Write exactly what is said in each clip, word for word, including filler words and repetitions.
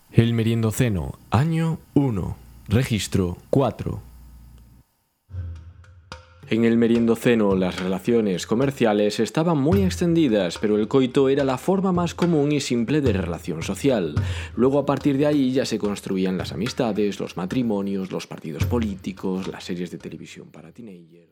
El Meriendoceno, año uno, registro cuatro. En el Meriendoceno las relaciones comerciales estaban muy extendidas, pero el coito era la forma más común y simple de relación social. Luego a partir de ahí ya se construían las amistades, los matrimonios, los partidos políticos, las series de televisión para teenagers.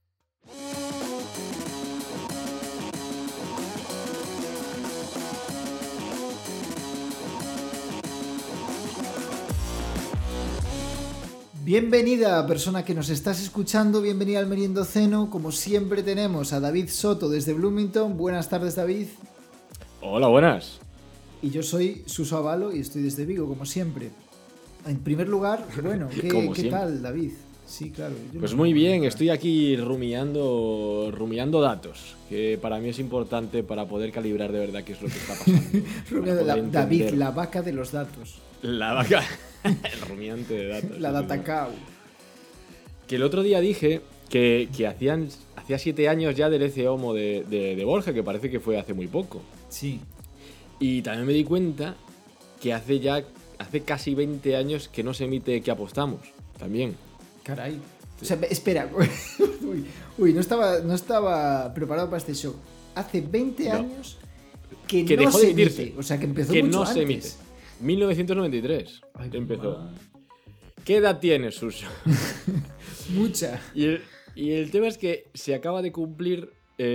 Bienvenida, persona que nos estás escuchando, bienvenida al Meriendoceno. Como siempre tenemos a David Soto desde Bloomington. Buenas tardes, David. Hola, buenas. Y yo soy Suso Avalo y estoy desde Vigo, como siempre. En primer lugar, bueno, ¿qué, ¿qué tal, David? Sí, claro. Pues no muy bien, estoy aquí rumiando, rumiando datos, que para mí es importante para poder calibrar de verdad qué es lo que está pasando. la, David, la vaca de los datos. La vaca, el rumiante de datos. La data cow. Que el otro día dije que, que hacían, hacía siete años ya del Ecce Homo de, de, de Borja, que parece que fue hace muy poco. Sí. Y también me di cuenta que hace ya, hace casi veinte años que no se emite Que Apostamos, también. Caray. O sea, espera. uy, uy, no estaba, no estaba preparado para este show. Hace veinte no. años que, que no dejó se de emitirse. emite. O sea, que empezó que mucho no antes. se emite. mil novecientos noventa y tres Ay, empezó. Man. ¿Qué edad tienes, Suso? Mucha. Y el, y el tema es que se acaba de cumplir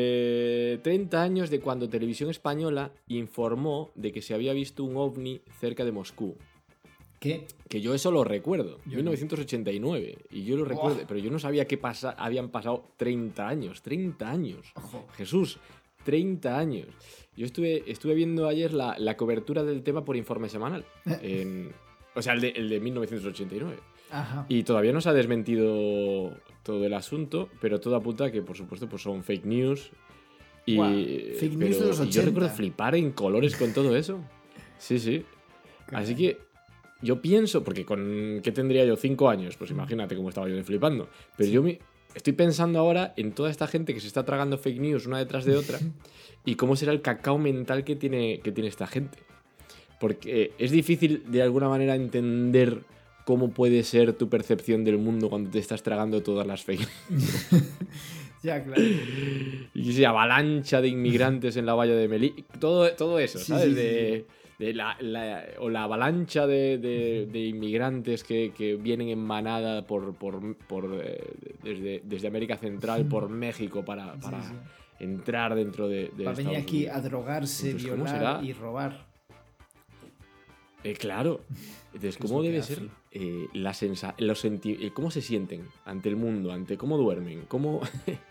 eh, treinta años de cuando Televisión Española informó de que se había visto un ovni cerca de Moscú. ¿Qué? Que yo eso lo recuerdo, yo mil novecientos ochenta y nueve, no. Y yo lo recuerdo, oh. pero yo no sabía que pasa, habían pasado treinta años, treinta años. Ojo. Jesús, treinta años. Yo estuve, estuve viendo ayer la, la cobertura del tema por Informe Semanal, en, o sea, el de, el de mil novecientos ochenta y nueve. Ajá. Y todavía no se ha desmentido todo el asunto, pero todo apunta a que, por supuesto, pues son fake news. Y, wow. Fake pero, news de los ochenta. Y yo recuerdo flipar en colores con todo eso. Sí, sí. Caray. Así que yo pienso, porque con ¿qué tendría yo? Cinco años, pues imagínate cómo estaba yo de flipando. Pero sí. yo me, estoy pensando ahora en toda esta gente que se está tragando fake news una detrás de otra y cómo será el cacao mental que tiene, que tiene esta gente. Porque es difícil de alguna manera entender cómo puede ser tu percepción del mundo cuando te estás tragando todas las fake news. Ya, claro. Y esa avalancha de inmigrantes en la valla de Melilla, todo, todo eso, sí, ¿sabes? Sí, de, de la, la, o la avalancha de, de, de inmigrantes que, que vienen en manada por, por, por, eh, desde, desde América Central por México para, para sí, sí. entrar dentro de, de para Estados venir aquí Unidos. a drogarse, Entonces, violar y robar. Eh, claro. Entonces, ¿cómo debe ser eh, la sensa los senti eh, cómo se sienten ante el mundo, ante cómo duermen, cómo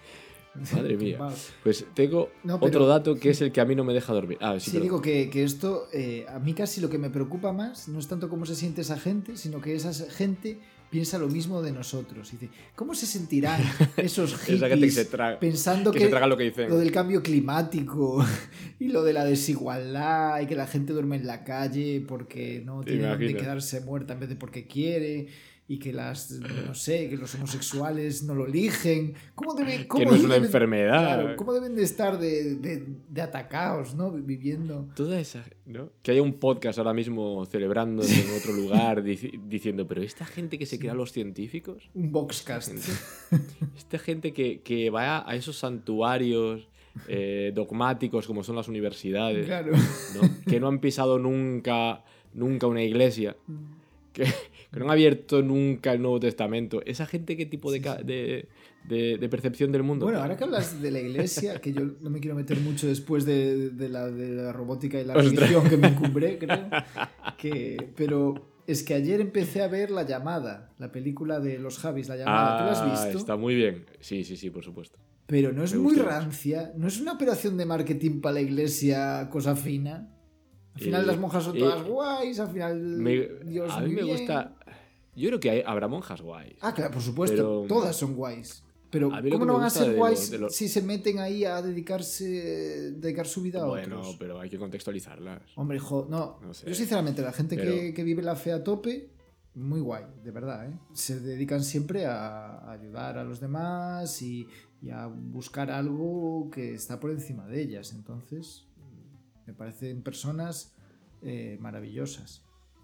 madre mía? Pues tengo no, pero... otro dato que es el que a mí no me deja dormir. Ah, sí, sí digo que, que esto eh, a mí casi lo que me preocupa más no es tanto cómo se siente esa gente, sino que esa gente piensa lo mismo de nosotros. Y dice, ¿cómo se sentirán esos hippies esa gente que se traga, pensando que, que, se traga lo, que dicen. Lo del cambio climático y lo de la desigualdad y que la gente duerme en la calle porque no tiene dónde quedarse muerta en vez de porque quiere y que las, no sé, que los homosexuales no lo eligen? ¿Cómo deben, cómo que no es una deben, enfermedad. Claro, ¿cómo deben de estar de, de, de atacados, ¿no? Viviendo. Toda esa, ¿no? Que haya un podcast ahora mismo celebrando en otro lugar dic diciendo, pero esta gente que se crea los científicos. Un boxcast. Esta gente, esta gente que, que va a esos santuarios eh, dogmáticos como son las universidades, claro. ¿no? Que no han pisado nunca, nunca una iglesia. Que, que no han abierto nunca el Nuevo Testamento. ¿Esa gente qué tipo de, sí, sí. de, de, de percepción del mundo? Bueno, ahora que hablas de la iglesia, que yo no me quiero meter mucho después de, de, la, de la robótica y la Ostras. religión que me encumbré, creo. Que, pero es que ayer empecé a ver La Llamada, la película de los Javis, La Llamada. Ah, ¿Tú la has visto? Está muy bien. Sí, sí, sí, por supuesto. Pero no es me muy rancia, no es una operación de marketing para la iglesia, cosa fina. Al final eh, las monjas son todas eh, guays, al final me, Dios a mí me bien. gusta. Yo creo que hay, habrá monjas guays. Ah, claro, por supuesto, pero, todas son guays. Pero ¿cómo no van a ser guays lo, lo... si se meten ahí a dedicarse dedicar su vida bueno, a otros? Bueno, pero hay que contextualizarlas. Hombre, jo, no, no sé. Yo sinceramente la gente pero... que, que vive la fe a tope, muy guay, de verdad, ¿eh? Se dedican siempre a, a ayudar a los demás y, y a buscar algo que está por encima de ellas. Entonces me parecen personas eh, maravillosas.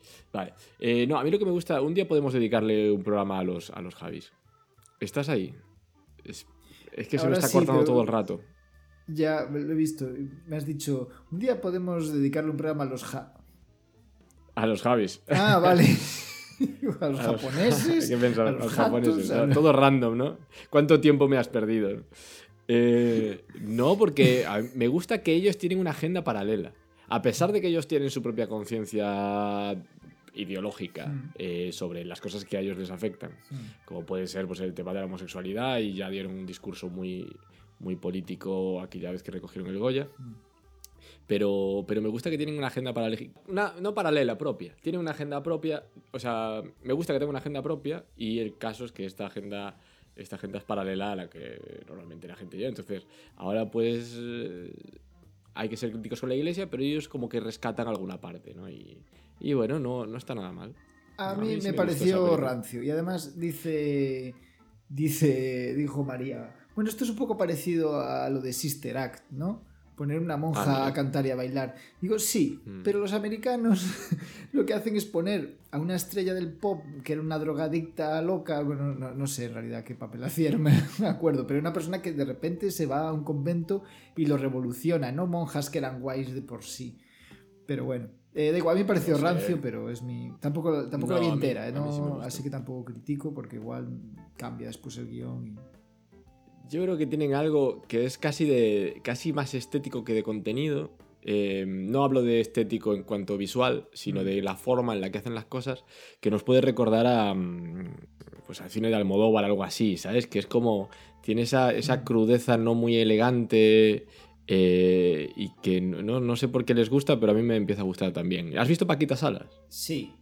Vale. Eh, no, a mí lo que me gusta, un día podemos dedicarle un programa a los, a los Javis. ¿Estás ahí? Es, es que se Ahora me está sí, cortando pero todo el rato. Ya lo he visto. Me has dicho, un día podemos dedicarle un programa a los ja... A los Javis. Ah, vale. A los a japoneses. ¿Qué pensar? A los, los japoneses. jatos, a... Todo random, ¿no? ¿Cuánto tiempo me has perdido? Eh, no, porque a, me gusta que ellos tienen una agenda paralela. A pesar de que ellos tienen su propia conciencia ideológica mm. eh, sobre las cosas que a ellos les afectan, mm. como puede ser pues, el tema de la homosexualidad, y ya dieron un discurso muy, muy político aquella vez que recogieron el Goya. Mm. Pero, pero me gusta que tienen una agenda paralela. Una, no paralela, propia. Tienen una agenda propia. O sea, me gusta que tengan una agenda propia, y el caso es que esta agenda... Esta agenda es paralela a la que normalmente la gente lleva. Entonces, ahora pues eh, hay que ser críticos con la iglesia, pero ellos como que rescatan alguna parte, ¿no? Y, y bueno, no, no está nada mal. A, no, mí, a mí sí me, me pareció rancio. Y además dice, dice, dijo María, bueno, esto es un poco parecido a lo de Sister Act, ¿no? Poner una monja ah, a cantar y a bailar. Digo, sí, mm. pero los americanos lo que hacen es poner a una estrella del pop que era una drogadicta loca, bueno, no, no sé en realidad qué papel hacía, no me acuerdo, pero una persona que de repente se va a un convento y lo revoluciona, no monjas que eran guays de por sí. Pero bueno, eh, da igual, a mí me pareció no sé. rancio, pero es mi... Tampoco, tampoco no, la vi entera, mí, ¿eh? no, sí así que tampoco critico, porque igual cambia después el guión y... Yo creo que tienen algo que es casi, de, casi más estético que de contenido. Eh, no hablo de estético en cuanto visual, sino de la forma en la que hacen las cosas, que nos puede recordar a, pues, al cine de Almodóvar, algo así, ¿sabes? Que es como... Tiene esa, esa crudeza no muy elegante eh, y que no, no sé por qué les gusta, pero a mí me empieza a gustar también. ¿Has visto Paquita Salas? Sí.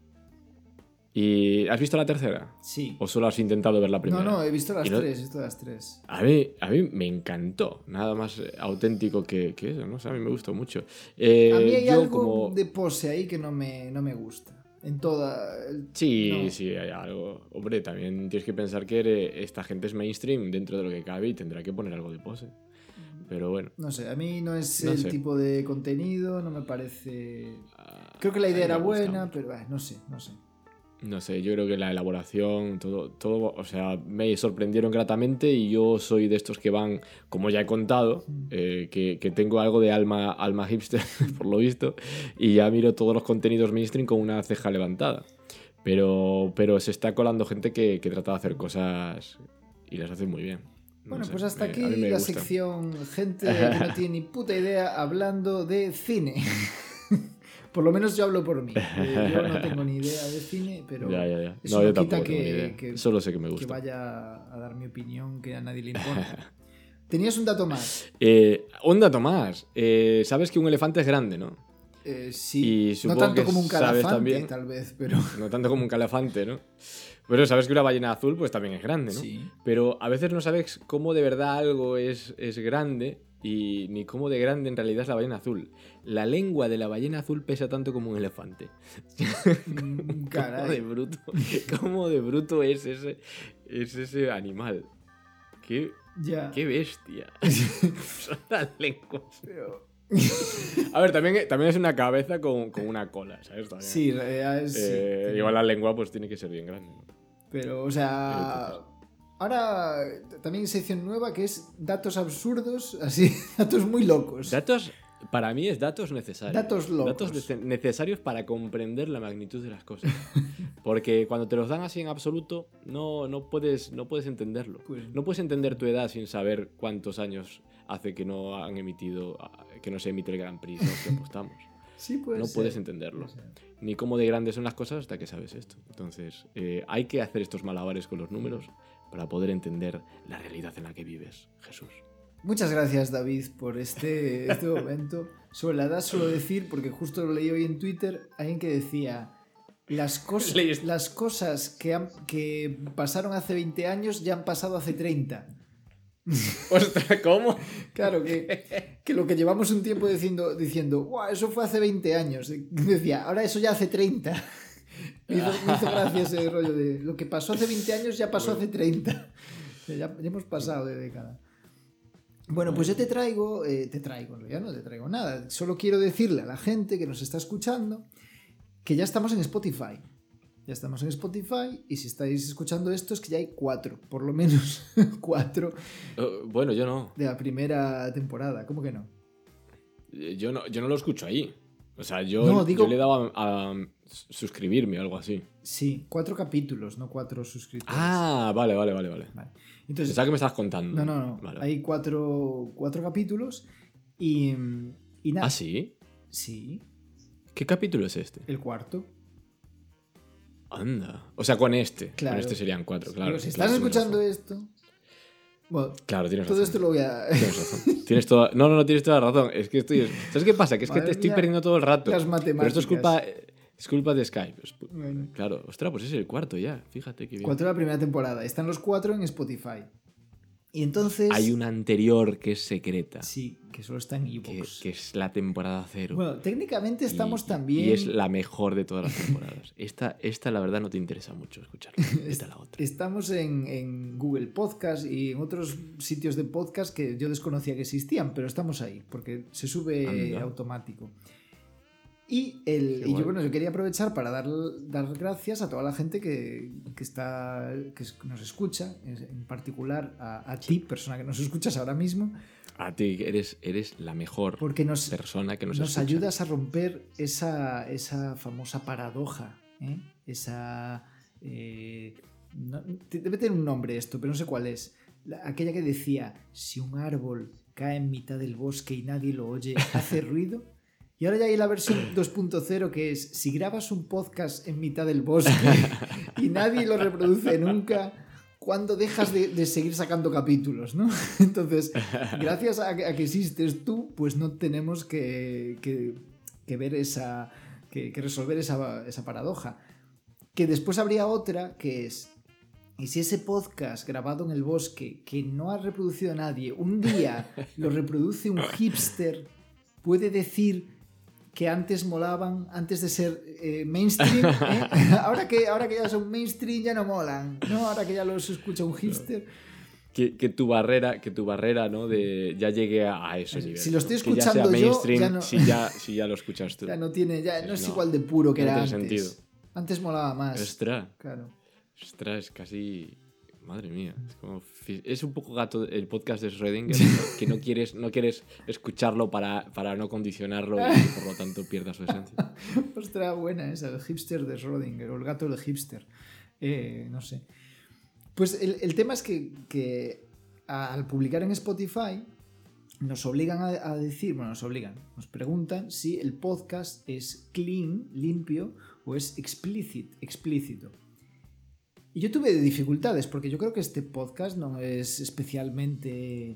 ¿Y has visto la tercera? Sí. ¿O solo has intentado ver la primera? No, no, he visto las no... tres, he visto las tres. A mí, a mí me encantó, nada más auténtico que, que eso, ¿no? O sea, a mí me gustó mucho. Eh, a mí hay yo algo como... de pose ahí que no me, no me gusta. En toda... Sí, no. sí, hay algo. Hombre, también tienes que pensar que esta gente es mainstream dentro de lo que cabe y tendrá que poner algo de pose. Pero bueno. No sé, a mí no es no el sé. tipo de contenido, no me parece... Creo que la idea era buena, mucho. pero eh, no sé, no sé. No sé, yo creo que la elaboración, todo, todo, o sea, me sorprendieron gratamente, y yo soy de estos que van, como ya he contado, eh, que, que tengo algo de alma, alma hipster, por lo visto, y ya miro todos los contenidos mainstream con una ceja levantada. Pero, pero se está colando gente que, que trata de hacer cosas y las hace muy bien. No bueno, sé, pues hasta me, aquí la gusta. sección gente que no tiene ni puta idea hablando de cine. Por lo menos yo hablo por mí. Eh, yo no tengo ni idea de cine, pero ya, ya, ya. eso no, no yo quita tampoco que, tengo ni idea. que, Solo sé que me gusta. Que vaya a dar mi opinión, que a nadie le importa. ¿Tenías un dato más? Eh, un dato más. Eh, Sabes que un elefante es grande, ¿no? Eh, sí. Y no tanto que como un calafante, también, tal vez, pero... No tanto como un calafante, ¿no? Bueno, sabes que una ballena azul pues también es grande, ¿no? Sí. Pero a veces no sabes cómo de verdad algo es, es grande, y ni cómo de grande en realidad es la ballena azul. La lengua de la ballena azul pesa tanto como un elefante. Mm, ¿Cómo de bruto, cómo de bruto es ese, es ese animal? Qué, ya. qué bestia. Son las lenguas. Pero... A ver, también, también es una cabeza con, con una cola, ¿sabes? Todavía. Sí, es, eh, sí, igual la lengua pues tiene que ser bien grande, ¿no? Pero, o sea... Ahora también hay sección nueva que es datos absurdos, así, datos muy locos. Datos, para mí es datos necesarios. Datos locos. Datos necesarios para comprender la magnitud de las cosas. Porque cuando te los dan así en absoluto, no, no, puedes, no puedes entenderlo. Pues... No puedes entender tu edad sin saber cuántos años hace que no han emitido, que no se emite el Grand Prix, ¿no? Que apostamos. Sí, puede no ser. puedes entenderlo. Ni cómo de grandes son las cosas hasta que sabes esto. Entonces, eh, hay que hacer estos malabares con los números para poder entender la realidad en la que vives, Jesús. Muchas gracias, David, por este, este momento. Sobre la edad suelo decir, porque justo lo leí hoy en Twitter, alguien que decía, las, cos las cosas que, han, que pasaron hace veinte años ya han pasado hace treinta. Ostras, ¿cómo? Claro, que, que lo que llevamos un tiempo diciendo, diciendo wow, eso fue hace veinte años. Decía, ahora eso ya hace treinta. Me hizo, me hizo gracia ese rollo de lo que pasó hace veinte años ya pasó hace treinta. Ya, ya hemos pasado de década. Bueno, pues yo te traigo, eh, te traigo, ya no te traigo nada. Solo quiero decirle a la gente que nos está escuchando que ya estamos en Spotify. Ya estamos en Spotify y si estáis escuchando esto es que ya hay cuatro, por lo menos cuatro. Uh, bueno, yo no. De la primera temporada, ¿cómo que no? Yo no, yo no lo escucho ahí. O sea, yo, no, digo... yo le he dado a, a suscribirme o algo así. Sí, cuatro capítulos, no cuatro suscriptores. Ah, vale, vale, vale. vale. vale. Entonces, pensaba que me estabas contando. No, no, no. Vale. Hay cuatro, cuatro capítulos y, y nada. ¿Ah, sí? Sí. ¿Qué capítulo es este? El cuarto. Anda. O sea, con este. Claro. Con este serían cuatro, claro. Pero si estás claro, escuchando esto... Bueno, claro, tienes todo razón. esto lo voy a... Tienes razón. Tienes toda... No, no, no, tienes toda la razón. Es que estoy... ¿Sabes qué pasa? Que es Madre que te estoy mía, perdiendo todo el rato. las matemáticas. Pero esto es culpa... Es culpa de Skype. Bueno. Claro. Ostras, pues es el cuarto ya. Fíjate qué bien. Cuatro de la primera temporada. Están los cuatro en Spotify. Y entonces... Hay una anterior que es secreta. Sí, que solo está en iVoox. Que, que es la temporada cero. Bueno, técnicamente estamos y, también... Y es la mejor de todas las temporadas. Esta, esta la verdad, no te interesa mucho escucharla. Esta la otra. Estamos en, en Google Podcast y en otros sitios de podcast que yo desconocía que existían, pero estamos ahí, porque se sube Anda. automático. Y, el, y yo, bueno, yo quería aprovechar para dar, dar gracias a toda la gente que, que, está, que nos escucha, en particular a, a ti, persona que nos escuchas ahora mismo. A ti, eres, eres la mejor porque nos, persona que nos, nos escucha. ayudas a romper esa, esa famosa paradoja, ¿eh? Esa... Eh, no, debe tener un nombre esto, pero no sé cuál es. La, aquella que decía, si un árbol cae en mitad del bosque y nadie lo oye, ¿hace ruido? Y ahora ya hay la versión dos punto cero que es, si grabas un podcast en mitad del bosque y nadie lo reproduce nunca, ¿cuándo dejas de, de seguir sacando capítulos? ¿No? Entonces, gracias a que, a que existes tú, pues no tenemos que, que, que ver esa, que, que resolver esa, esa paradoja. Que después habría otra que es, y si ese podcast grabado en el bosque que no ha reproducido a nadie, un día lo reproduce un hipster, puede decir que antes molaban, antes de ser eh, mainstream, ¿eh? ahora, que, ahora que ya son mainstream ya no molan, ¿no? Ahora que ya los escucha un hipster. Que, que tu barrera, que tu barrera, ¿no? De ya llegue a, a ese nivel. Si lo estoy ¿no? escuchando que ya sea mainstream, yo, ya no... si, ya, si ya lo escuchas tú. Ya no tiene, ya no es no, igual de puro que no era tiene antes. Sentido. Antes molaba más. Ostras. Claro. Ostras, es casi... Madre mía, es, como, es un poco gato el podcast de Schrödinger, ¿no? Que no quieres, no quieres escucharlo para, para no condicionarlo y por lo tanto pierda su esencia. Ostras, buena esa, el hipster de Schrödinger o el gato del hipster. Eh, no sé. Pues el, el tema es que, que a, al publicar en Spotify nos obligan a, a decir, bueno, nos obligan, nos preguntan si el podcast es clean, limpio o es explicit, explícito. Y yo tuve dificultades porque yo creo que este podcast no es especialmente...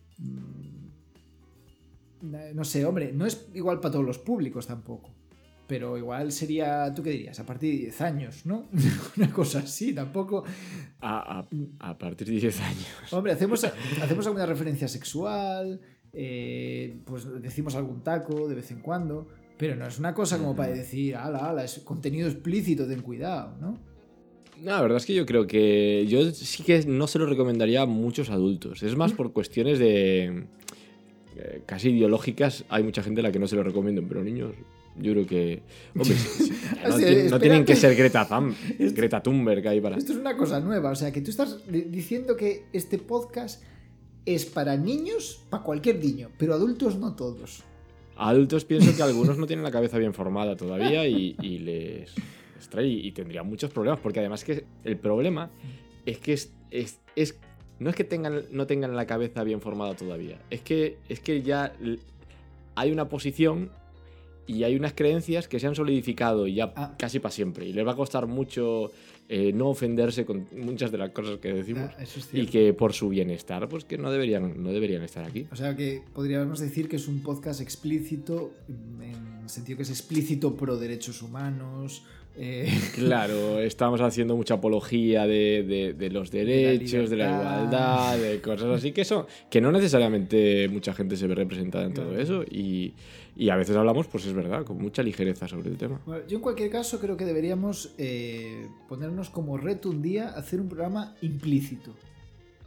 No sé, hombre, no es igual para todos los públicos tampoco. Pero igual sería, ¿tú qué dirías? A partir de diez años, ¿no? Una cosa así, tampoco... A, a, a partir de diez años. Hombre, hacemos, hacemos alguna referencia sexual, eh, pues decimos algún taco de vez en cuando, pero no es una cosa como para decir, ala, ala, es contenido explícito, ten cuidado, ¿no? No, la verdad es que yo creo que yo sí que no se lo recomendaría a muchos adultos. Es más por cuestiones de eh, casi ideológicas. Hay mucha gente a la que no se lo recomiendo, pero niños, yo creo que... Hombre, sí, sí, no, o sea, tienen, no tienen que ser Greta, Thun, Greta Thunberg ahí para... Esto es una cosa nueva, o sea, que tú estás diciendo que este podcast es para niños, para cualquier niño, pero adultos no todos. Adultos pienso que algunos no tienen la cabeza bien formada todavía y, y les... Y, y tendría muchos problemas, porque además que el problema es que es, es, es no es que tengan, no tengan la cabeza bien formada todavía, es que, es que ya hay una posición y hay unas creencias que se han solidificado ya ah. casi para siempre, y les va a costar mucho eh, no ofenderse con muchas de las cosas que decimos, ah, eso es y que por su bienestar pues que no deberían, no deberían estar aquí. O sea que podríamos decir que es un podcast explícito, en el sentido que es explícito pro derechos humanos. Eh... Claro, estamos haciendo mucha apología de, de, de los derechos, de la, de la igualdad, de cosas así que son que no necesariamente mucha gente se ve representada en todo eso y, y a veces hablamos, pues es verdad, con mucha ligereza sobre el tema. Bueno, yo en cualquier caso creo que deberíamos eh, ponernos como reto un día hacer un programa implícito.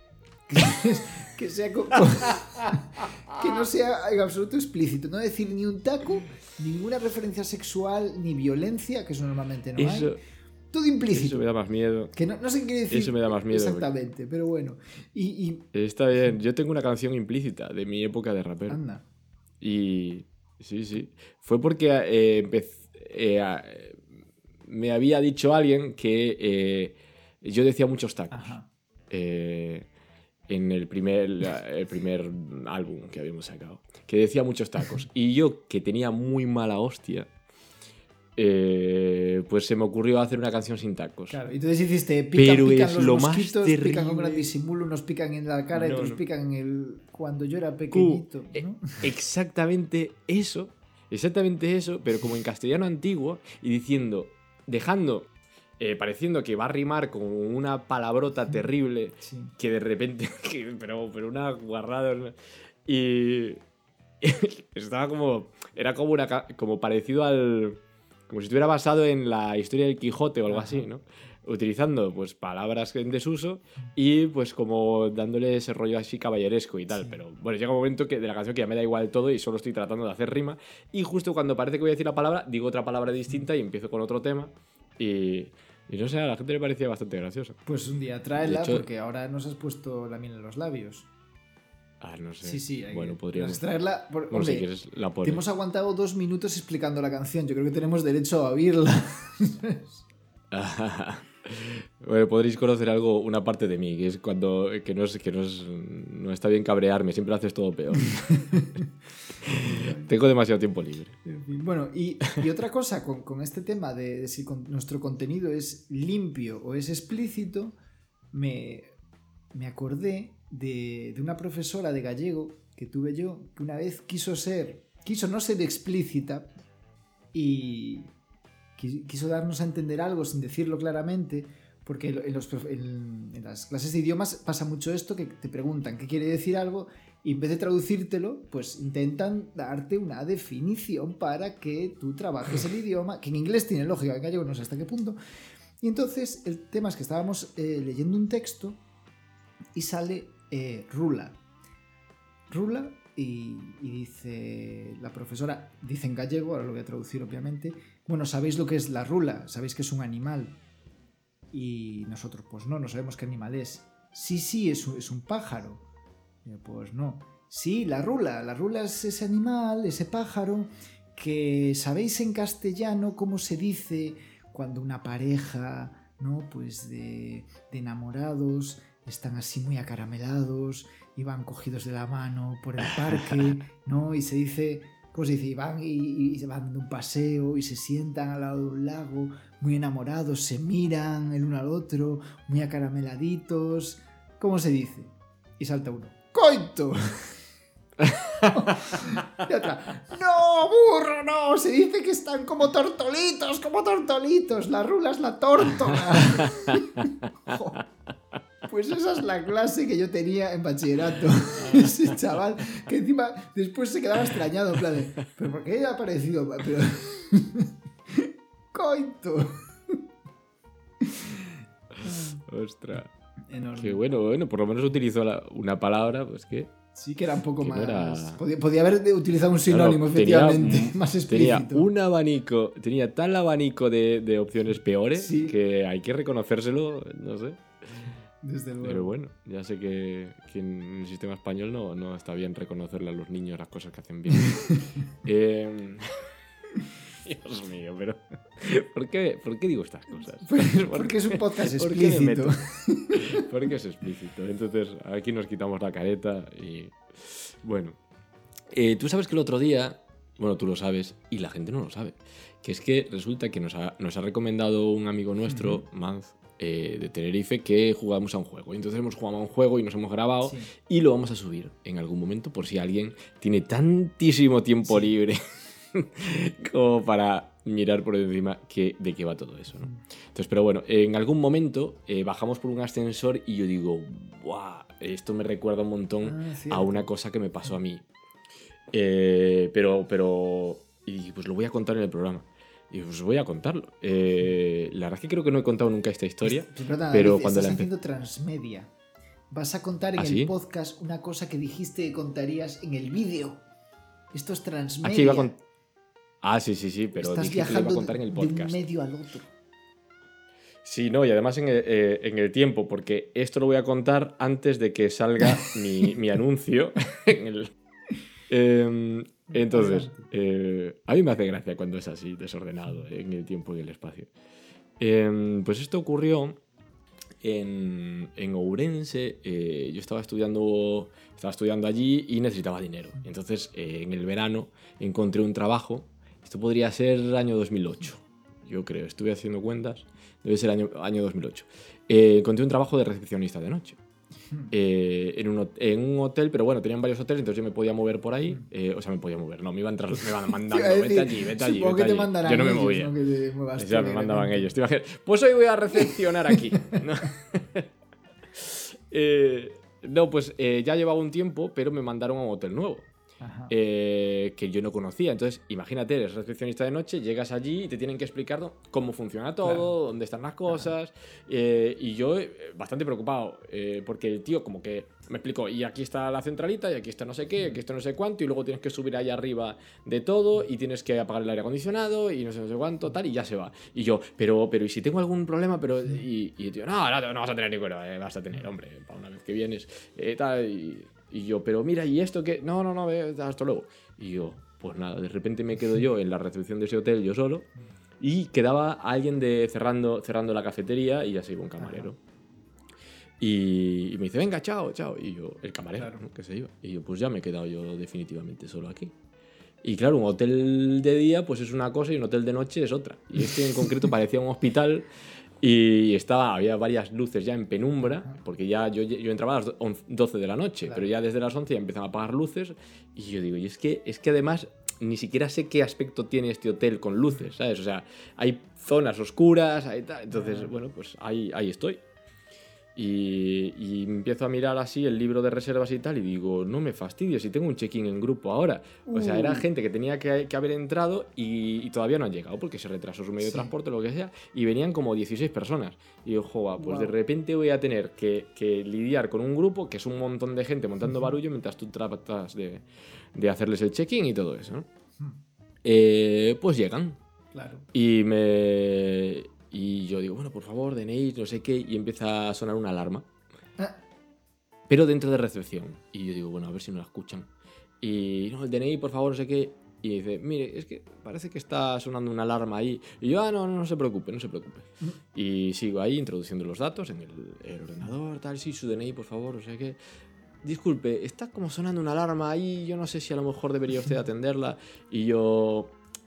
Que, que sea co- que no sea en absoluto explícito. No decir ni un taco, ninguna referencia sexual, ni violencia, que eso normalmente no Eso, hay. Todo implícito. Eso me da más miedo. Que no, no sé qué quiere decir. Eso me da más miedo. Exactamente, pero bueno. Y, y... Está bien. Yo tengo una canción implícita de mi época de rapero. Anda. Y sí, sí. Fue porque eh, empecé, eh, eh, me había dicho alguien que eh, yo decía muchos tacos. Ajá. Eh, en el primer, el primer álbum que habíamos sacado. Que decía muchos tacos. Y yo, que tenía muy mala hostia, Eh, pues se me ocurrió hacer una canción sin tacos. Claro, y entonces hiciste pican, Pero pican es los lo mosquitos, más terrible. pican con gran disimulo, unos pican en la cara No, y otros no. pican en el cuando yo era pequeñito, Uh, ¿no? Exactamente eso, exactamente eso, pero como en castellano antiguo y diciendo, dejando, eh, pareciendo que va a rimar con una palabrota terrible, Sí. que de repente, que, pero, pero una guarrada, ¿no? Y estaba como, era como, una, ca- como parecido al, como si estuviera basado en la historia del Quijote o algo Ajá. así, ¿no? Utilizando pues palabras en desuso y pues como dándole ese rollo así caballeresco y tal. Sí. Pero bueno, llega un momento que de la canción que ya me da igual todo y solo estoy tratando de hacer rima. Y justo cuando parece que voy a decir la palabra, digo otra palabra distinta y empiezo con otro tema. Y, y no sé, a la gente le parecía bastante gracioso. Pues un día tráela, De hecho- porque ahora nos has puesto la miel en los labios. Ah, no sé. Sí, sí, hay Bueno, que podríamos. traerla. Por, Bueno, hombre, si quieres la te pones. hemos aguantado dos minutos explicando la canción. Yo creo que tenemos derecho a oírla. Bueno, podréis conocer algo, una parte de mí, que es cuando que no es, que no es, no está bien cabrearme, siempre haces todo peor. Tengo demasiado tiempo libre. En fin, bueno, y, y otra cosa con, con este tema de, de si con- nuestro contenido es limpio o es explícito, me, me acordé de, de una profesora de gallego que tuve yo, que una vez quiso ser, quiso no ser explícita y qui- quiso darnos a entender algo sin decirlo claramente, porque en, los prof- en- en las clases de idiomas pasa mucho esto, que te preguntan qué quiere decir algo y en vez de traducírtelo, pues intentan darte una definición para que tú trabajes el idioma, que en inglés tiene lógica, en gallego no sé hasta qué punto. Y entonces el tema es que estábamos eh, leyendo un texto y sale eh, rula. Rula y, y dice la profesora, dice en gallego, ahora lo voy a traducir obviamente, bueno, ¿sabéis lo que es la rula? ¿Sabéis que es un animal? Y nosotros, pues no, no sabemos qué animal es. Sí, sí, es un, es un pájaro. Y yo, pues no. Sí, la rula. La rula es ese animal, ese pájaro, que sabéis en castellano cómo se dice cuando una pareja, ¿no? Pues de, de enamorados están así muy acaramelados y van cogidos de la mano por el parque, ¿no? Y se dice, ¿cómo se dice? Y van y, y se van dando un paseo y se sientan al lado de un lago, muy enamorados, se miran el uno al otro, muy acarameladitos. ¿Cómo se dice? Y salta uno. ¡Coito! Y otra, ¡no, burro, no! Se dice que están como tortolitos, como tortolitos. La rula es la tórtola. Jo. Pues esa es la clase que yo tenía en bachillerato. Ese chaval que encima después se quedaba extrañado, en plan de, ¿pero por qué ha aparecido? Pero... ¡Coito! Ostras. Enorme. Qué bueno, bueno, por lo menos utilizó la- una palabra, pues que. Sí que era un poco Que no más... era- Podía, podía haber utilizado un sinónimo, Claro, tenía- efectivamente, más Tenía explícito. un abanico, tenía tal abanico de, de opciones peores Sí. que hay que reconocérselo, no sé. Desde luego. Pero bueno, ya sé que, que en el sistema español no, no está bien reconocerle a los niños las cosas que hacen bien. Eh, Dios mío, pero ¿por qué, ¿por qué digo estas cosas? Porque es un podcast ¿Por qué me explícito. meto? Porque es explícito. Entonces aquí nos quitamos la careta y bueno. Eh, tú sabes que el otro día, bueno, tú lo sabes y la gente no lo sabe, que es que resulta que nos ha, nos ha recomendado un amigo nuestro, Ujú. Manz, eh, de Tenerife, que jugamos a un juego. Entonces hemos jugado a un juego y nos hemos grabado Sí. y lo vamos a subir en algún momento por si alguien tiene tantísimo tiempo Sí. libre como para mirar por encima que, de qué va todo eso, ¿no? Entonces, pero bueno, en algún momento eh, bajamos por un ascensor y yo digo, ¡buah! Esto me recuerda un montón Ah, a cierto. una cosa que me pasó a mí. Eh, pero, pero... Y pues lo voy a contar en el programa. Y pues voy a contarlo. Eh, la verdad es que creo que no he contado nunca esta historia. Es verdad, pero David, cuando estás la empe- haciendo transmedia. vas a contar en ¿Ah, el sí? podcast una cosa que dijiste que contarías en el vídeo. Esto es transmedia. Aquí iba a con... Ah, sí, sí, sí, pero Estás dije que lo iba a viajando contar en el de un podcast. medio al otro. Sí, no, y además en el, eh, en el tiempo, porque esto lo voy a contar antes de que salga mi, mi anuncio. en el, eh, entonces, eh, a mí me hace gracia cuando es así, desordenado, en el tiempo y el espacio. Eh, pues esto ocurrió en, en Ourense. Eh, yo estaba estudiando, estaba estudiando allí y necesitaba dinero. Entonces, eh, en el verano encontré un trabajo. Esto podría ser año dos mil ocho, yo creo. Estuve haciendo cuentas. Debe ser año, año dos mil ocho. Eh, encontré un trabajo de recepcionista de noche. Eh, en, un, en un hotel, pero bueno, tenían varios hoteles, entonces yo me podía mover por ahí. Eh, o sea, me podía mover, no, me iban, tras, me iban mandando, decir, vete allí, vete allí. Supongo vete que te allí. mandarán Yo no me ellos, movía. ¿no? Que te muevas O sea, tú me mandaban libremente. ellos. Te imaginas, pues hoy voy a recepcionar aquí. ¿No? eh, no, pues eh, ya llevaba un tiempo, pero me mandaron a un hotel nuevo. Eh, que yo no conocía. Entonces, imagínate, eres recepcionista de noche, llegas allí y te tienen que explicar cómo funciona todo, claro, dónde están las cosas. Eh, y yo, eh, bastante preocupado, eh, porque el tío, como que me explicó, y aquí está la centralita, y aquí está no sé qué, aquí está no sé cuánto, y luego tienes que subir ahí arriba de todo, y tienes que apagar el aire acondicionado, y no sé, no sé cuánto, tal, y ya se va. Y yo, pero, pero, ¿y si tengo algún problema? Pero, y, y el tío, no, no, no vas a tener ninguno, eh, vas a tener, hombre, para una vez que vienes, eh, tal, y. Y yo, pero mira, ¿y esto qué? No, no, no, hasta luego. Y yo, pues nada, de repente me quedo yo en la recepción de ese hotel, yo solo, y quedaba alguien de cerrando, cerrando la cafetería y ya se iba un camarero. Y, y me dice, venga, chao, chao. Y yo, el camarero, claro, ¿no? Que se iba. Y yo, pues ya me he quedado yo definitivamente solo aquí. Y claro, un hotel de día pues es una cosa y un hotel de noche es otra. Y este en concreto parecía un hospital. Y estaba, había varias luces ya en penumbra, porque ya yo, yo entraba a las doce de la noche, claro, pero ya desde las once ya empezaban a apagar luces. Y yo digo, y es que, es que además ni siquiera sé qué aspecto tiene este hotel con luces, ¿sabes? O sea, hay zonas oscuras, hay tal. Entonces, bueno, pues ahí, ahí estoy. Y, y empiezo a mirar así el libro de reservas y tal, y digo, no me fastidies, si tengo un check-in en grupo ahora. O sea, era gente que tenía que, que haber entrado y, y todavía no han llegado porque se retrasó su medio sí. de transporte o lo que sea, y venían como dieciséis personas. Y digo, joder, pues wow, de repente voy a tener que, que lidiar con un grupo que es un montón de gente montando uh-huh. barullo mientras tú tratas de, de hacerles el check-in y todo eso, ¿no? Uh-huh. Eh, pues llegan. Claro. Y me... Y yo digo, bueno, por favor, D N I, no sé qué, y empieza a sonar una alarma. Ah. Pero dentro de recepción. Y yo digo, bueno, a ver si no la escuchan. Y no, el D N I, por favor, no sé qué. Y dice, mire, es que parece que está sonando una alarma ahí. Y yo, ah, no, no, no se preocupe, no se preocupe. Mm. Y sigo ahí introduciendo los datos en el, el ordenador, tal, sí, su D N I, por favor, no sé qué. Disculpe, está como sonando una alarma ahí, yo no sé si a lo mejor debería usted atenderla. Y yo...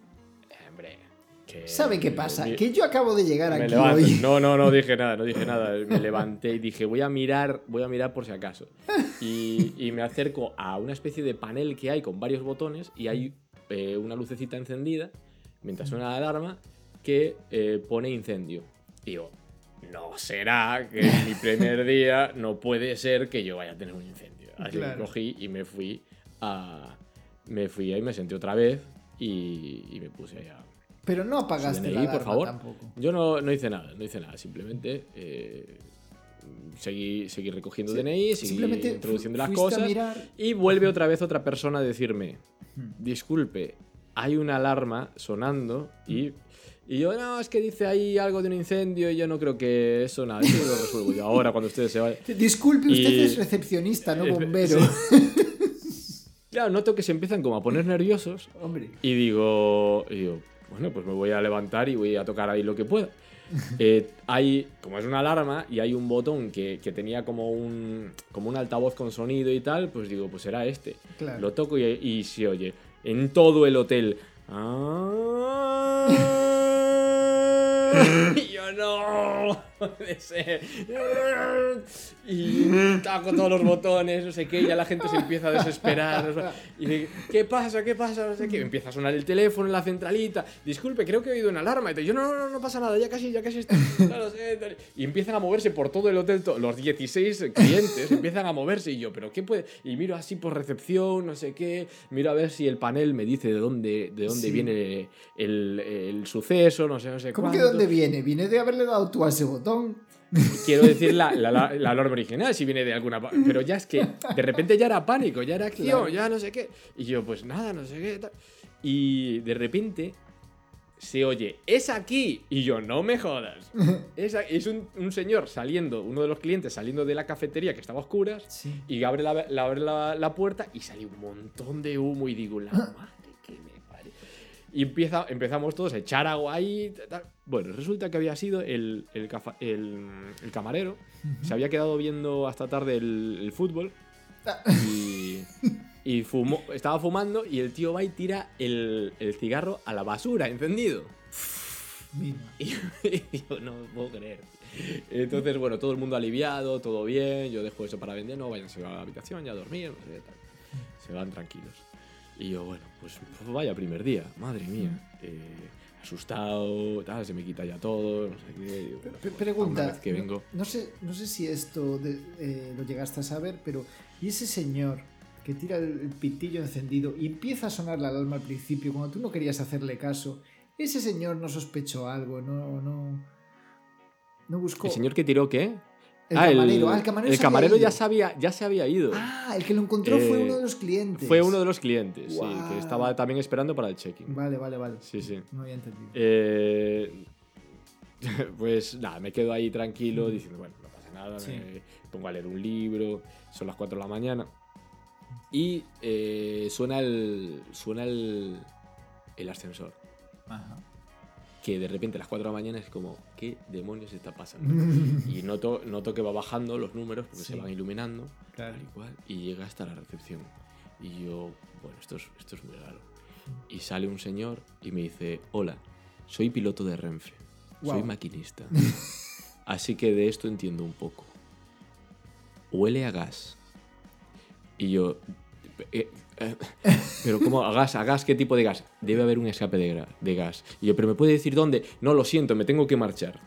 Que ¿sabe qué pasa? Me, que yo acabo de llegar aquí levanto. hoy. No, no, no dije nada, no dije nada. Me levanté y dije, voy a mirar, voy a mirar por si acaso. Y, y me acerco a una especie de panel que hay con varios botones y hay eh, una lucecita encendida mientras suena la alarma que eh, pone incendio. Digo, no será que en mi primer día no puede ser que yo vaya a tener un incendio. Así claro. que cogí y me fui a... Me fui ahí, me senté otra vez y, y me puse ahí a... Pero no apagaste la alarma por favor. Tampoco. Yo no, no hice nada, no hice nada. Simplemente eh, seguí, seguí recogiendo sí. D N I, seguí introduciendo las cosas. Y vuelve otra vez otra persona a decirme, disculpe, hay una alarma sonando y... Y yo, no, es que dice ahí algo de un incendio y yo no creo que eso, nada, eso lo resuelvo yo ahora cuando ustedes se vayan. Disculpe, usted y... es recepcionista, no bombero. Sí. Claro, noto que se empiezan como a poner nerviosos. Hombre. Y digo, y digo, bueno, pues me voy a levantar y voy a tocar ahí lo que pueda. Eh, hay, como es una alarma y hay un botón que, que tenía como un, como un altavoz con sonido y tal, pues digo, pues será este. Claro. Lo toco y, y se oye en todo el hotel. ¡Ah! Y yo, no, puede ser. Y taco todos los botones, no sé qué, y ya la gente se empieza a desesperar. Y digo, ¿qué pasa? ¿Qué pasa? No sé qué. Empieza a sonar el teléfono en la centralita. Disculpe, creo que he oído una alarma. Y yo, no, no, no pasa nada, ya casi, ya casi está. No lo sé. Y empiezan a moverse por todo el hotel, los dieciséis clientes empiezan a moverse. Y yo, ¿pero qué puede? Y miro así por recepción, no sé qué. Miro a ver si el panel me dice de dónde, de dónde sí. viene el, el suceso, no sé, no sé ¿Cómo cuánto. que dónde viene? Viene de haberle dado tú a ese botón. quiero decir la, la, la, la alarma original, si viene de alguna... Pero ya es que de repente ya era pánico, ya era acción, claro. ya no sé qué. Y yo, pues nada, no sé qué. Tal. Y de repente se oye, ¡es aquí! Y yo, no me jodas. Es, es un, un señor saliendo, uno de los clientes saliendo de la cafetería que estaba a oscuras, sí. y abre, la, la, abre la, la puerta y sale un montón de humo y digo, la madre que me pare. Y empieza, empezamos todos a echar agua ahí. Tal. Bueno, resulta que había sido el, el, cafa, el, el camarero, uh-huh. se había quedado viendo hasta tarde el, el fútbol y... Y fumó, estaba fumando y el tío va y tira el, el cigarro a la basura, encendido. Y yo, y yo no puedo creer. Entonces, bueno, todo el mundo aliviado, todo bien. Yo dejo eso para vender, no, váyanse a la habitación, ya a dormir, no sé qué tal. Se van tranquilos. Y yo, bueno, pues, pues vaya primer día, madre mía. Eh, asustado, tal, se me quita ya todo, no sé qué. Digo, bueno, P- pregunta, una vez que vengo... no, no, sé, no sé si esto de, eh, lo llegaste a saber, pero ¿y ese señor que tira el pitillo encendido y empieza a sonar la alarma al principio cuando tú no querías hacerle caso? Ese señor no sospechó algo, no, no, no buscó... ¿El señor que tiró qué? El ah, camarero, el, ah, el camarero, el camarero ya, sabía, ya se había ido. Ah, el que lo encontró eh, fue uno de los clientes. Fue uno de los clientes, wow. sí, que estaba también esperando para el check-in. Vale, vale, vale. Sí, sí. No había entendido. Eh, pues nada, me quedo ahí tranquilo diciendo, bueno, no pasa nada, sí. me pongo a leer un libro, son las cuatro de la mañana. Y eh, suena el suena el, el ascensor. Ajá. Que de repente a las cuatro de la mañana es como, ¿qué demonios está pasando? Y noto, noto que va bajando los números porque sí. se van iluminando, claro. tal y cual, y llega hasta la recepción. Y yo, bueno, esto es, esto es muy raro. Y sale un señor y me dice, hola, soy piloto de Renfe, wow. soy maquinista. Así que de esto entiendo un poco. Huele a gas. Y yo... Eh, eh, pero ¿cómo? ¿A gas? ¿A gas? ¿Qué tipo de gas? Debe haber un escape de, gra- de gas. Y yo, ¿pero me puede decir dónde? No, lo siento, me tengo que marchar.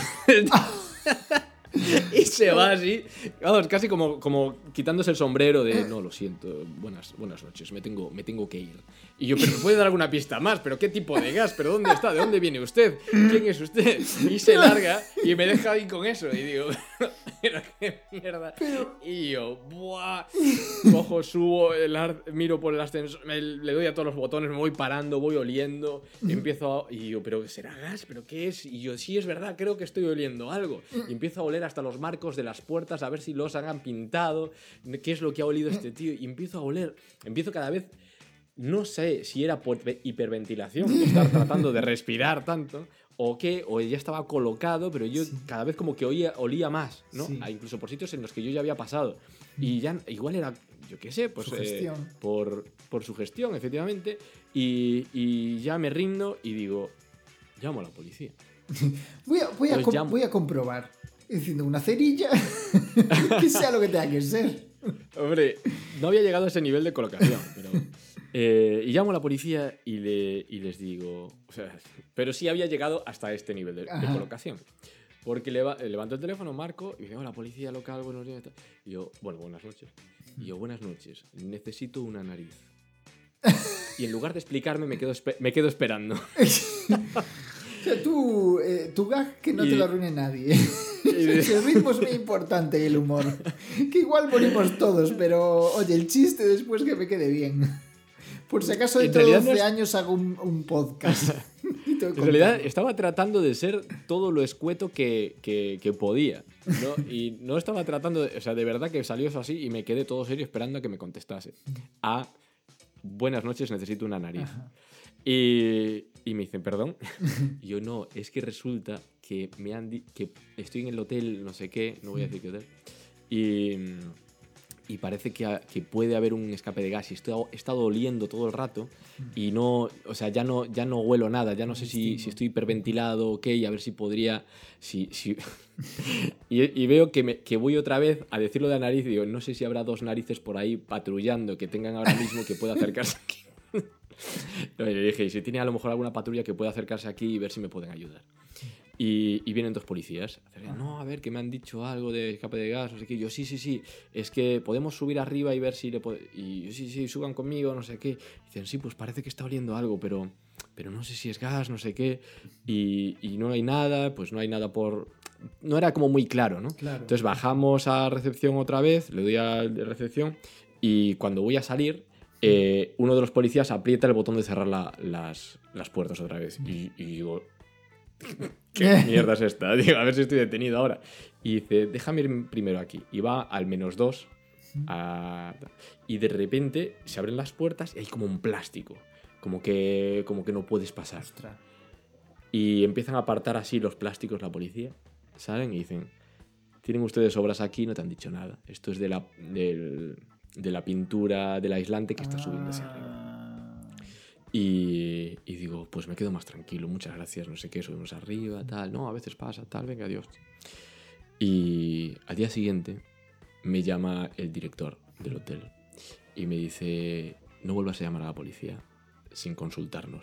Y se va así, vamos, casi como, como quitándose el sombrero de no, lo siento, buenas, buenas noches, me tengo, me tengo que ir. Y yo, ¿pero me puede dar alguna pista más? ¿Pero qué tipo de gas? ¿Pero dónde está? ¿De dónde viene usted? ¿Quién es usted? Y se larga y me deja ahí con eso. Y digo, ¿pero qué mierda? Y yo, ¡buah! Cojo, subo, el ar- miro por el ascensor, me, le doy a todos los botones, me voy parando, voy oliendo, empiezo a... Y yo, ¿pero será gas? ¿Pero qué es? Y yo, sí, es verdad, creo que estoy oliendo algo. Y empiezo a oler hasta los marcos de las puertas, a ver si los han pintado, qué es lo que ha olido este tío. Y empiezo a oler, empiezo cada vez... No sé si era por hiperventilación, estar tratando de respirar tanto, o qué, o ya estaba colocado, pero yo sí. cada vez como que oía, olía más, ¿no? Sí. Incluso por sitios en los que yo ya había pasado. Y ya igual era, yo qué sé, pues eh, por, por sugestión, efectivamente. Y, y ya me rindo y digo, llamo a la policía. voy, a, voy, a com- voy a comprobar, enciendo una cerilla, que sea lo que tenga que ser. Hombre, no había llegado a ese nivel de colocación, pero... Eh, y llamo a la policía y, le, y les digo... O sea, pero sí había llegado hasta este nivel de, de colocación. Porque leva, levanto el teléfono, marco y me digo, hola, policía local, buenos días. Y yo, bueno, buenas noches. Y yo, buenas noches, necesito una nariz. Y en lugar de explicarme, me quedo, espe- me quedo esperando. O sea, tú, eh, tu gag que no y, te lo arruine nadie. El ritmo es muy importante y el humor. Que igual morimos todos, pero oye, el chiste después que me quede bien. Por si acaso dentro de doce no es... años hago un, un podcast. En realidad estaba tratando de ser todo lo escueto que, que, que podía, ¿no? Y no estaba tratando de... O sea, de verdad que salió eso así y me quedé todo serio esperando a que me contestase. A buenas noches, necesito una nariz. Ajá. Y, y me dicen, perdón. Y yo, no, es que resulta que me han di- que estoy en el hotel, no sé qué, no voy a decir qué hotel, y, y parece que, a, que puede haber un escape de gas. Y estoy, he estado oliendo todo el rato y no, o sea, ya no, ya no huelo nada, ya no sé si, si estoy hiperventilado o qué, y a ver si podría... Si, si... y, y veo que, me, que voy otra vez a decirlo de la nariz y digo, no sé si habrá dos narices por ahí patrullando que tengan ahora mismo que pueda acercarse aquí. No, le dije, y si tiene a lo mejor alguna patrulla que pueda acercarse aquí y ver si me pueden ayudar. Y, y vienen dos policías. No, a ver, que me han dicho algo de escape de gas, no sé qué. Yo, sí, sí, sí, es que podemos subir arriba y ver si le puede... Y yo, sí, sí, suban conmigo, no sé qué. Y dicen, sí, pues parece que está oliendo algo, pero, pero no sé si es gas, no sé qué. Y, y no hay nada, pues no hay nada por... no era como muy claro, ¿no? Claro. Entonces bajamos a recepción otra vez, le doy a recepción y cuando voy a salir, eh, uno de los policías aprieta el botón de cerrar la, las, las puertas otra vez. Y, y digo, ¿qué mierda es esta? Digo, a ver si estoy detenido ahora. Y dice, déjame ir primero aquí. Y va al menos dos. A... Y de repente se abren las puertas y hay como un plástico. Como que, como que no puedes pasar. Ostras. Y empiezan a apartar así los plásticos la policía. Salen y dicen, tienen ustedes obras aquí, no te han dicho nada. Esto es de la, del, de la pintura del aislante que está Ah. subiendo hacia arriba. Y, y digo, pues me quedo más tranquilo, muchas gracias, no sé qué, subimos arriba, tal. No, a veces pasa, tal, venga, adiós. Y al día siguiente me llama el director del hotel y me dice, no vuelvas a llamar a la policía sin consultarnos.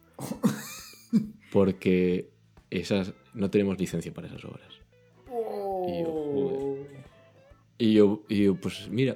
Porque esas, no tenemos licencia para esas obras. Oh. Y yo, joder. Y yo, y yo, pues mira,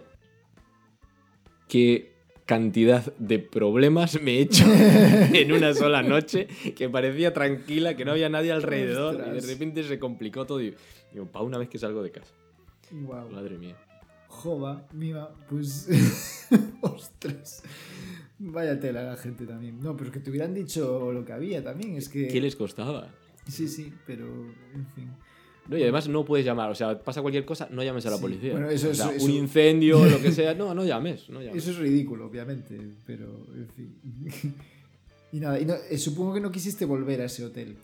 qué cantidad de problemas me he hecho en una sola noche, que parecía tranquila, que no había nadie alrededor. Ostras. Y de repente se complicó todo. Y digo, para una vez que salgo de casa. Wow. Madre mía. Jova, mima, pues... Ostras. Vaya tela la gente también. No, pero es que te hubieran dicho lo que había también. Es que... ¿Qué les costaba? Sí, sí, pero en fin. No, y además no puedes llamar. O sea, pasa cualquier cosa, no llames a la Sí. policía. Bueno, eso, o sea, eso, un eso... incendio o lo que sea. No, no llames, no llames. Eso es ridículo, obviamente. Pero, en fin. Y nada, y no, eh, supongo que no quisiste volver a ese hotel.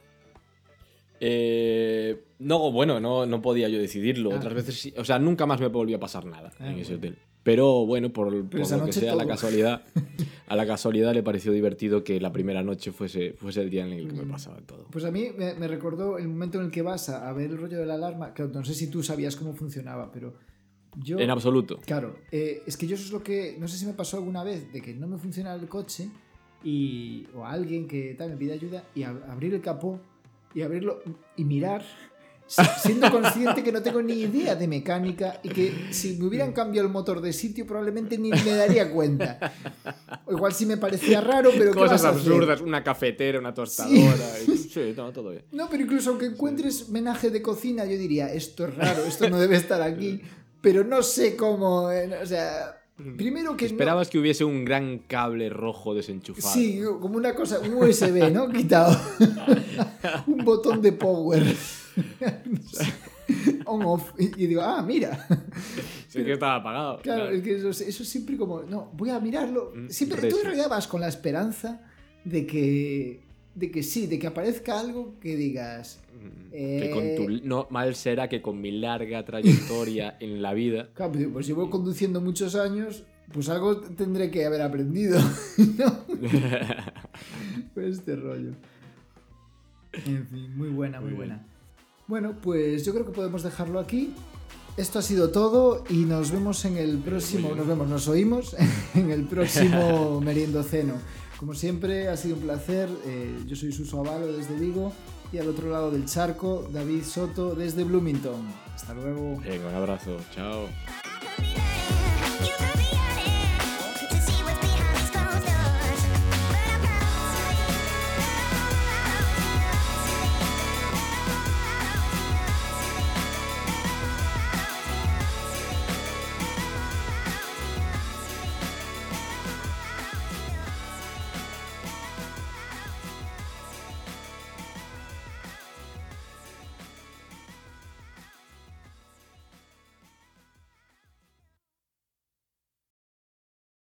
Eh, no, bueno, no, no podía yo decidirlo. Ah. Otras veces sí. O sea, nunca más me volvió a pasar nada Ah, en ese bueno. hotel. Pero bueno, por, Pero por esa lo que noche sea, todo. la casualidad, a la casualidad le pareció divertido que la primera noche fuese, fuese el día en el que me pasaba todo. Pues a mí me, me recordó el momento en el que vas a, a ver el rollo de la alarma. Claro, no sé si tú sabías cómo funcionaba, pero yo... En absoluto. Claro, eh, es que yo eso es lo que... No sé si me pasó alguna vez, de que no me funcionaba el coche y, o a alguien que tal me pide ayuda y a, abrir el capó y abrirlo y mirar... siendo consciente que no tengo ni idea de mecánica y que si me hubieran cambiado el motor de sitio probablemente ni me daría cuenta. O igual sí me parecía raro, pero ¿qué Cosas vas a hacer? absurdas, una cafetera, una tostadora. Sí, y, sí no, todo bien. No, pero incluso aunque encuentres menaje de cocina, yo diría, esto es raro, esto no debe estar aquí, pero no sé cómo, eh, o sea... Primero que Esperabas no... que hubiese un gran cable rojo desenchufado. Sí, como una cosa, un U S B, ¿no? Quitado. Un botón de power. On off. Y digo, ah, mira. Sí, que estaba apagado. Claro, Claro. es que eso, eso siempre como, no, voy a mirarlo. Siempre Recio. tú en realidad vas con la esperanza de que, de que sí, de que aparezca algo que digas. Que con eh, tu, no, mal será que con mi larga trayectoria en la vida. Claro, pues, pues llevo conduciendo muchos años, pues algo tendré que haber aprendido. ¿No? Pues este rollo. En fin, muy buena, muy, Muy buena. bien. Bueno, pues yo creo que podemos dejarlo aquí. Esto ha sido todo y nos vemos en el próximo, nos vemos, nos oímos en el próximo Meriendoceno. Como siempre, ha sido un placer. Eh, yo soy Suso Avalo desde Vigo y al otro lado del charco, David Soto desde Bloomington. Hasta luego. Venga, un abrazo. Chao.